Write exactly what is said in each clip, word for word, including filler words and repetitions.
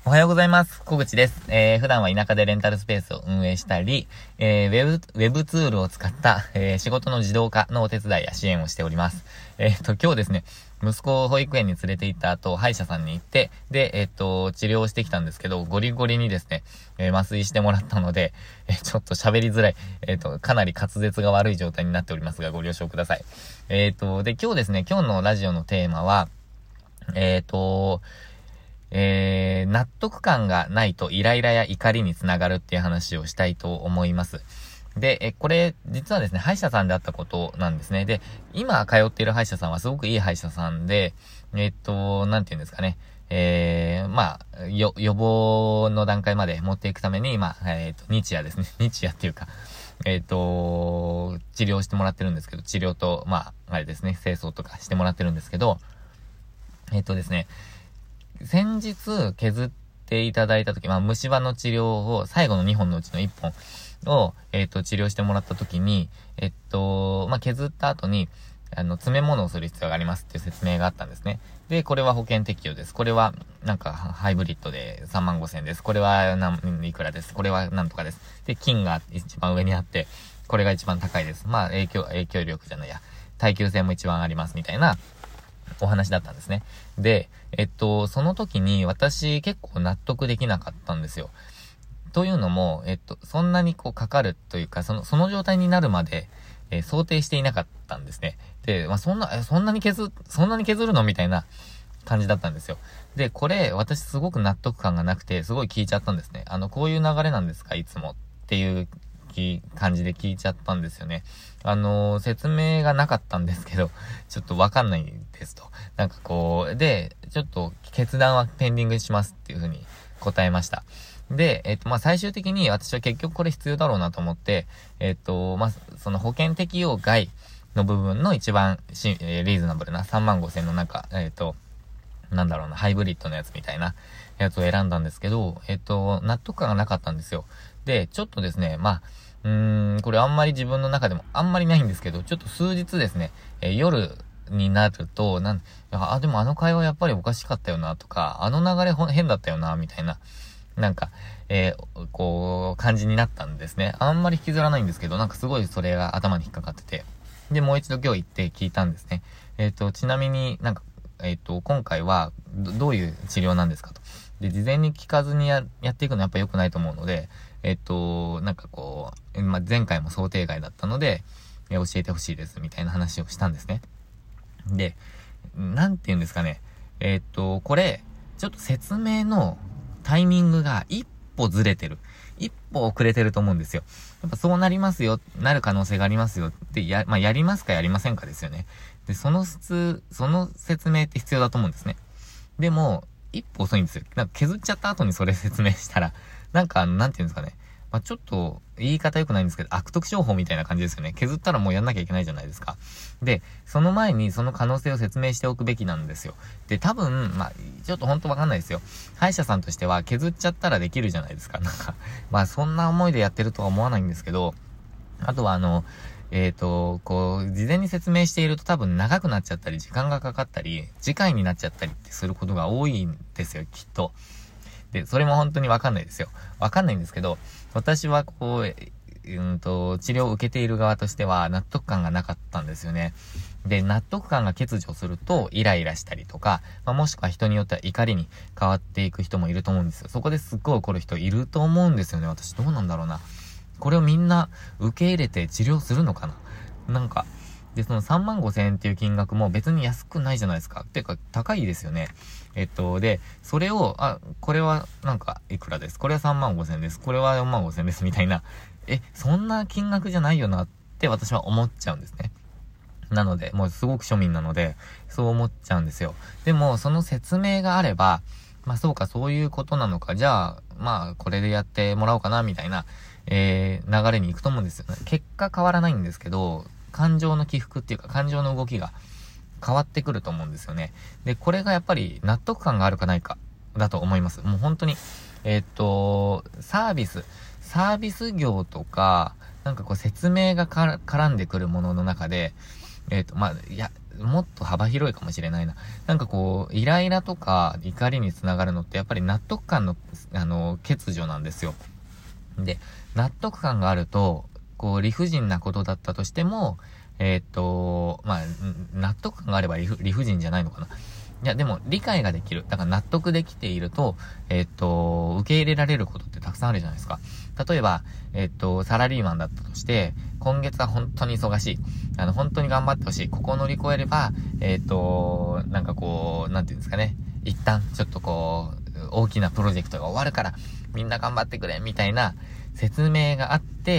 おはようございます。小口です。えー、普段は田舎でレンタルスペースを運営したり、えー、ウェブ、ウェブツールを使った、えー、仕事の自動化のお手伝いや支援をしております。えー、と、今日ですね、息子を保育園に連れて行った後、歯医者さんに行って、で、えっ、と、治療をしてきたんですけど、ゴリゴリにですね、えー、麻酔してもらったので、えー、ちょっと喋りづらい、えっ、と、かなり滑舌が悪い状態になっておりますが、ご了承ください。えっ、と、で、今日ですね、今日のラジオのテーマは、えっ、と、えー、納得感がないとイライラや怒りにつながるっていう話をしたいと思います。で、え、これ、実はですね、歯医者さんであったことなんですね。で、今通っている歯医者さんはすごくいい歯医者さんで、えっと、なんて言うんですかね。えー、まあ、よ、予防の段階まで持っていくために、まあ、えっと、日夜ですね。日夜っていうか、えっと、治療してもらってるんですけど、治療と、まあ、あれですね、清掃とかしてもらってるんですけど、えっとですね、先日削っていただいたとき、まあ、虫歯の治療を、最後のにほんのうちのいっぽんを、えっと、治療してもらったときに、えっと、まあ、削った後に、あの、詰め物をする必要がありますっていう説明があったんですね。で、これは保険適用です。これは、なんか、ハイブリッドでさんまんごせんえんです。これは、なん、いくらです。これは、なんとかです。で、金が一番上にあって、これが一番高いです。まあ、影響、影響力じゃないや。耐久性も一番あります、みたいな、お話だったんですね。で、えっと、その時に私結構納得できなかったんですよ。というのも、えっと、そんなにこうかかるというか、その、その状態になるまで、えー、想定していなかったんですね。で、まあ、そんな、え、そんなに削、そんなに削るのみたいな感じだったんですよ。で、これ、私すごく納得感がなくて、すごい聞いちゃったんですね。あの、こういう流れなんですか、いつもっていう感じで聞いちゃったんですよね。あのー、説明がなかったんですけど、ちょっとわかんないですと。なんかこう、で、ちょっと決断はペンディングしますっていう風に答えました。で、えっと、まあ、最終的に私は結局これ必要だろうなと思って、えっと、まあ、その保険適用外の部分の一番し、えー、リーズナブルなさんまんごせんえんの中、えっと、なんだろうな、ハイブリッドのやつみたいなやつを選んだんですけど、えっと、納得感がなかったんですよ。で、ちょっとですね、まあ、うーん、これあんまり自分の中でもあんまりないんですけど、ちょっと数日ですね、えー、夜になると、なん、あ、でもあの会話やっぱりおかしかったよなとか、あの流れ変だったよな、みたいな、なんか、えー、こう、感じになったんですね。あんまり引きずらないんですけど、なんかすごいそれが頭に引っかかってて。で、もう一度今日行って聞いたんですね。えっと、ちなみになんか、えっと、今回はど、どういう治療なんですかと。で、事前に聞かずにや、やっていくのはやっぱ良くないと思うので、えっと、なんかこう、まあ、前回も想定外だったので、え教えてほしいです、みたいな話をしたんですね。で、なんて言うんですかね。えっと、これ、ちょっと説明のタイミングが一歩ずれてる。一歩遅れてると思うんですよ。やっぱそうなりますよ、なる可能性がありますよって、や、まあ、やりますかやりませんかですよね。で、その質、その説明って必要だと思うんですね。でも、一歩遅いんですよ。なんか削っちゃった後にそれ説明したら、なんか、なんていうんですかね。まあ、ちょっと、言い方良くないんですけど、悪徳商法みたいな感じですよね。削ったらもうやんなきゃいけないじゃないですか。で、その前にその可能性を説明しておくべきなんですよ。で、多分、まあ、ちょっとほんとわかんないですよ。歯医者さんとしては削っちゃったらできるじゃないですか。なんか、まあ、そんな思いでやってるとは思わないんですけど、あとはあの、えっと、こう、事前に説明していると多分長くなっちゃったり、時間がかかったり、次回になっちゃったりってすることが多いんですよ、きっと。で、それも本当にわかんないですよ。わかんないんですけど、私はこう、うんと、治療を受けている側としては納得感がなかったんですよね。で、納得感が欠如するとイライラしたりとか、まあ、もしくは人によっては怒りに変わっていく人もいると思うんですよ。そこですっごい怒る人いると思うんですよね。私どうなんだろうな。これをみんな受け入れて治療するのかな。なんか、で、そのさんまんごせんえんっていう金額も別に安くないじゃないですか。てか、高いですよね。えっと、で、それを、あ、これはなんかいくらです。これはさんまんごせんえんです。これはよんまんごせんえんです。みたいな。え、そんな金額じゃないよなって私は思っちゃうんですね。なので、もうすごく庶民なので、そう思っちゃうんですよ。でも、その説明があれば、まあそうか、そういうことなのか、じゃあ、まあこれでやってもらおうかな、みたいな、えー、流れに行くと思うんですよね。結果変わらないんですけど、感情の起伏っていうか、感情の動きが変わってくると思うんですよね。で、これがやっぱり納得感があるかないか、だと思います。もう本当に、えー、っと、サービス、サービス業とか、なんかこう説明がから絡んでくるものの中で、 えっと、まあ、いや、もっと幅広いかもしれないな。なんかこう、イライラとか怒りにつながるのってやっぱり納得感の、あの、欠如なんですよ。で、納得感があると、こう、理不尽なことだったとしても、えーっと、まあ、納得感があれば理不、理不尽じゃないのかな。いや、でも、理解ができる。だから納得できていると、えーっと、受け入れられることってたくさんあるじゃないですか。例えば、えーっと、サラリーマンだったとして、今月は本当に忙しい。あの、本当に頑張ってほしい。ここを乗り越えれば、えーっと、なんかこう、なんていうんですかね。一旦、ちょっとこう、大きなプロジェクトが終わるから、みんな頑張ってくれ、みたいな説明があって、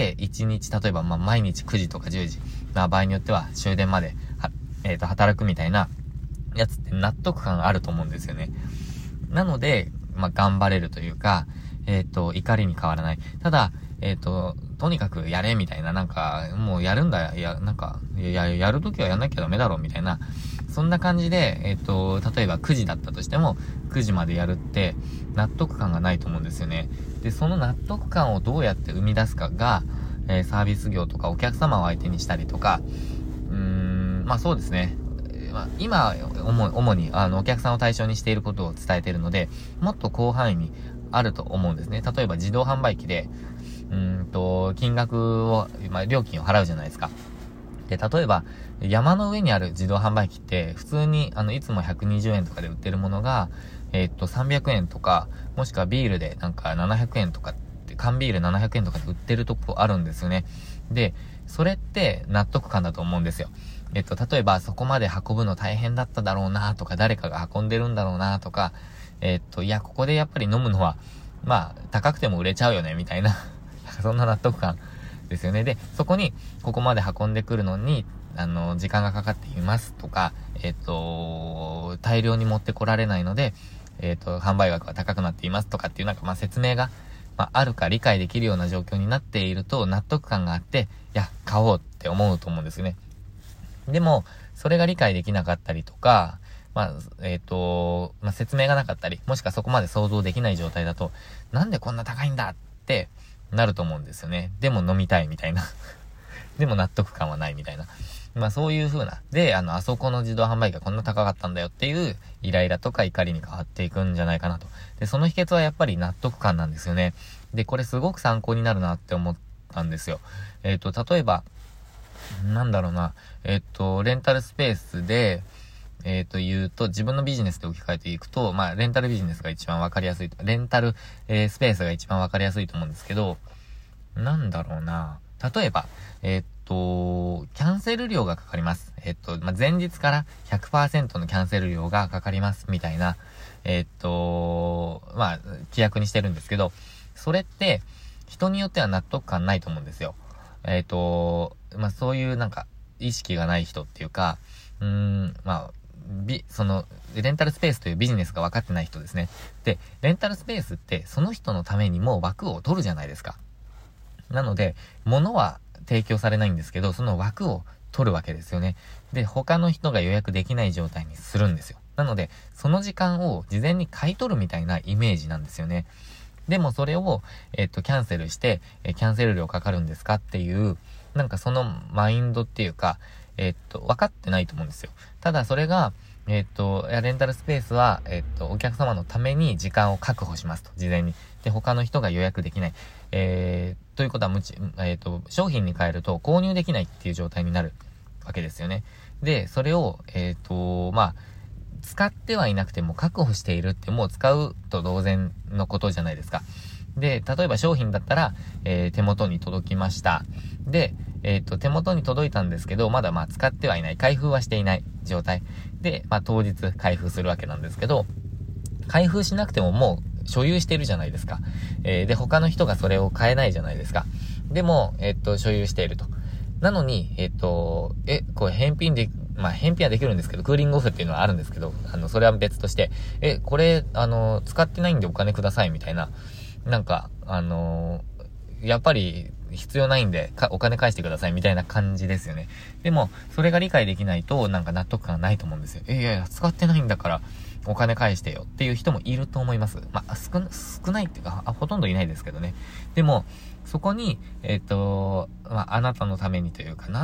いちにち、例えば、まあ、毎日くじとかじゅうじ、まあ、場合によっては終電まで、は、えっと、働くみたいなやつって納得感があると思うんですよね。なので、まあ、頑張れるというか、えっと、怒りに変わらない。ただ、えっと、とにかくやれ、みたいな、なんか、もうやるんだ、いや、なんか、いや、やるときはやんなきゃダメだろ、みたいな、そんな感じで、えっと、例えばくじだったとしても、くじまでやるって、納得感がないと思うんですよね。で、その納得感をどうやって生み出すかが、えー、サービス業とかお客様を相手にしたりとか、うーん、まあそうですね。今、主主に、あの、お客さんを対象にしていることを伝えているので、もっと広範囲にあると思うんですね。例えば自動販売機で、うーんと、金額を、まあ、料金を払うじゃないですか。で、例えば、山の上にある自動販売機って、普通に、あの、いつもひゃくにじゅうえんとかで売ってるものが、えーっと、さんびゃくえんとか、もしくはビールでなんかななひゃくえんとかって、缶ビールななひゃくえんとかで売ってるとこあるんですよね。で、それって納得感だと思うんですよ。えっと、例えば、そこまで運ぶの大変だっただろうなとか、誰かが運んでるんだろうなとか、えっと、いや、ここでやっぱり飲むのは、まあ、高くても売れちゃうよね、みたいな、そんな納得感ですよね。で、そこに、ここまで運んでくるのに、あの、時間がかかっていますとか、えっと、大量に持ってこられないので、えっと、販売額は高くなっていますとかっていうなんか、まあ、説明が、まあ、あるか理解できるような状況になっていると納得感があって、いや、買おうって思うと思うんですよね。でも、それが理解できなかったりとか、まあ、えっと、まあ、説明がなかったり、もしくはそこまで想像できない状態だと、なんでこんな高いんだってなると思うんですよね。でも飲みたいみたいな。でも納得感はないみたいな。まあそういう風な。で、あの、あそこの自動販売機がこんな高かったんだよっていうイライラとか怒りに変わっていくんじゃないかなと。で、その秘訣はやっぱり納得感なんですよね。で、これすごく参考になるなって思ったんですよ。えっと、例えば、なんだろうな。えっと、レンタルスペースで、えっと、言うと、自分のビジネスで置き換えていくと、まあ、レンタルビジネスが一番わかりやすいと。レンタル、えー、スペースが一番わかりやすいと思うんですけど、なんだろうな。例えば、えっと、キャンセル料がかかります。えっと、まあ、前日から ひゃくパーセント のキャンセル料がかかります、みたいな、えっと、まあ、規約にしてるんですけど、それって、人によっては納得感ないと思うんですよ。えっと、まあ、そういうなんか、意識がない人っていうか、うーん、まあ、ビ、その、レンタルスペースというビジネスが分かってない人ですね。で、レンタルスペースって、その人のためにも枠を取るじゃないですか。なので、物は提供されないんですけど、その枠を取るわけですよね。で、他の人が予約できない状態にするんですよ。なので、その時間を事前に買い取るみたいなイメージなんですよね。でもそれを、えっと、キャンセルして、えキャンセル料かかるんですかっていう、なんかそのマインドっていうか、えっと、分かってないと思うんですよ。ただそれが、えっと、レンタルスペースは、えっと、お客様のために時間を確保しますと、事前に。で、他の人が予約できない。えー、ということは、むち、えっと、商品に変えると購入できないっていう状態になるわけですよね。で、それを、えっと、まあ、使ってはいなくても確保しているってもう使うと同然のことじゃないですか。で、例えば商品だったら、えー、手元に届きました。で、えっと、手元に届いたんですけど、まだまあ使ってはいない、開封はしていない状態。で、まあ当日開封するわけなんですけど、開封しなくてももう所有しているじゃないですか。えー、で、他の人がそれを買えないじゃないですか。でも、えっと、所有していると。なのに、えっと、え、これ返品で、まあ、返品はできるんですけど、クーリングオフっていうのはあるんですけど、あの、それは別として、え、これ、あの、使ってないんでお金くださいみたいな、なんか、あのー、やっぱり必要ないんでか、お金返してくださいみたいな感じですよね。でも、それが理解できないと、なんか納得感がないと思うんですよ。え、いやいや、使ってないんだから、お金返してよっていう人もいると思います。まあ、少、少ないっていうか、あ、ほとんどいないですけどね。でも、そこに、えっと、まあ、あなたのためにというか、なん、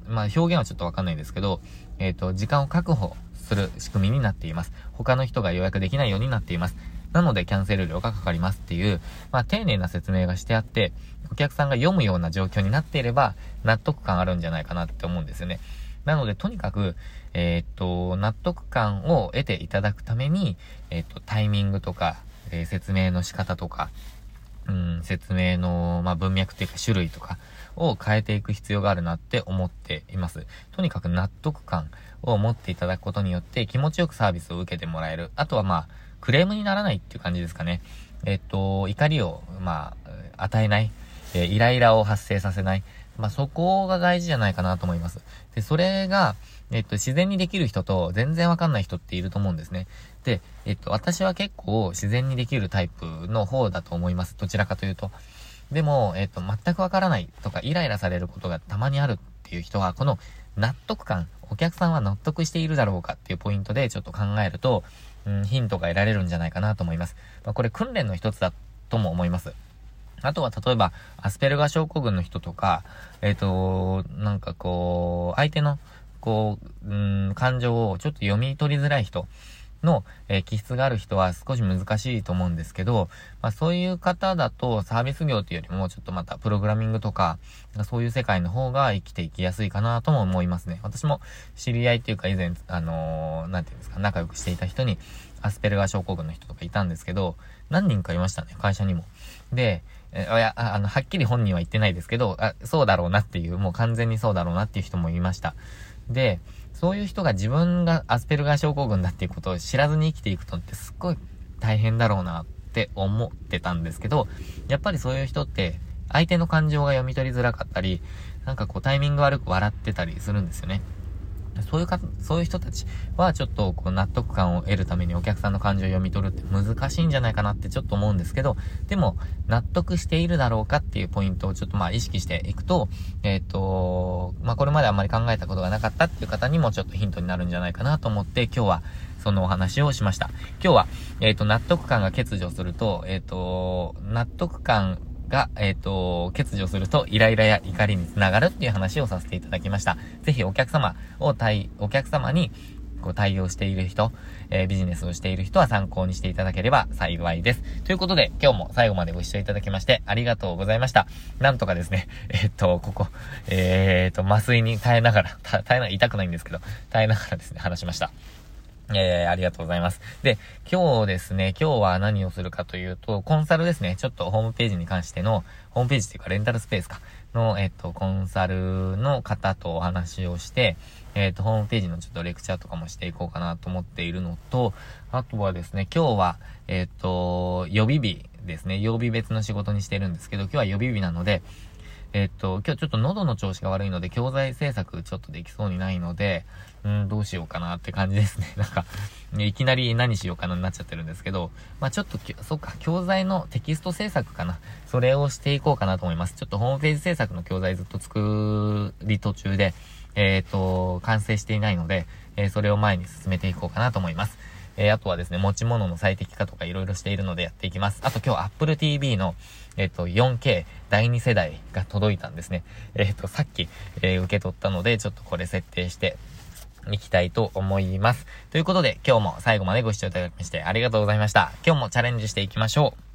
まあ表現はちょっとわかんないですけど、えっと、時間を確保する仕組みになっています。他の人が予約できないようになっています。なのでキャンセル料がかかりますっていう、まあ丁寧な説明がしてあって、お客さんが読むような状況になっていれば納得感あるんじゃないかなって思うんですよね。なのでとにかく、えー、っと、納得感を得ていただくために、えー、っと、タイミングとか、えー、説明の仕方とか、うん、説明の、まあ、文脈っていうか種類とかを変えていく必要があるなって思っています。とにかく納得感を持っていただくことによって気持ちよくサービスを受けてもらえる。あとはまあ、クレームにならないっていう感じですかね。えっと、怒りを、まあ、与えない。えー、イライラを発生させない。まあ、そこが大事じゃないかなと思います。で、それが、えっと、自然にできる人と全然わかんない人っていると思うんですね。で、えっと、私は結構自然にできるタイプの方だと思います。どちらかというと。でも、えっと、全くわからないとかイライラされることがたまにあるっていう人は、この納得感、お客さんは納得しているだろうかっていうポイントでちょっと考えると、うん、ヒントが得られるんじゃないかなと思います。まあ、これ訓練の一つだとも思います。あとは例えば、アスペルガー症候群の人とか、えっと、なんかこう、相手の、こう、うん、感情をちょっと読み取りづらい人の、えー、気質がある人は少し難しいと思うんですけど、まあそういう方だとサービス業というよりもちょっとまたプログラミングとか、そういう世界の方が生きていきやすいかなとも思いますね。私も知り合いっていうか以前、あのー、なんていうんですか、仲良くしていた人にアスペルガー症候群の人とかいたんですけど、何人かいましたね、会社にも。で、えいや、あの、はっきり本人は言ってないですけど、あ、そうだろうなっていう、もう完全にそうだろうなっていう人もいました。で、そういう人が自分がアスペルガー症候群だっていうことを知らずに生きていくのってすっごい大変だろうなって思ってたんですけど、やっぱりそういう人って相手の感情が読み取りづらかったり、なんかこうタイミング悪く笑ってたりするんですよね。そういうか、そういう人たちはちょっとこう納得感を得るためにお客さんの感情を読み取るって難しいんじゃないかなってちょっと思うんですけど、でも納得しているだろうかっていうポイントをちょっとまあ意識していくと、えっと、まあこれまであんまり考えたことがなかったっていう方にもちょっとヒントになるんじゃないかなと思って今日はそのお話をしました。今日は、えっと、納得感が欠如すると、えっと、納得感が、えっと、欠如するとイライラや怒りにつながるっていう話をさせていただきました。ぜひお客様を対、お客様にこう対応している人、えー、ビジネスをしている人は参考にしていただければ幸いです。ということで、今日も最後までご視聴いただきましてありがとうございました。なんとかですね、えっと、ここ、えっと、麻酔に耐えながら、耐えながら痛くないんですけど、耐えながらですね、話しました。えー、ありがとうございます。で、今日ですね、今日は何をするかというと、コンサルですね、ちょっとホームページに関しての、ホームページというかレンタルスペースか、の、えっと、コンサルの方とお話をして、えっと、ホームページのちょっとレクチャーとかもしていこうかなと思っているのと、あとはですね、今日は、えっと、予備日ですね、曜日別の仕事にしてるんですけど、今日は予備日なので、えっと、今日ちょっと喉の調子が悪いので、教材制作ちょっとできそうにないので、うん、どうしようかなって感じですね。なんか、いきなり何しようかなになっちゃってるんですけど、まあちょっと、そっか、教材のテキスト制作かな。それをしていこうかなと思います。ちょっとホームページ制作の教材ずっと作り途中で、えっと、完成していないので、えー、それを前に進めていこうかなと思います。えー、あとはですね、持ち物の最適化とかいろいろしているのでやっていきます。あと今日 Apple ティーブイ の、えっと、よんケー だいに世代が届いたんですね。えっと、さっき、えー、受け取ったので、ちょっとこれ設定していきたいと思います。ということで、今日も最後までご視聴いただきましてありがとうございました。今日もチャレンジしていきましょう。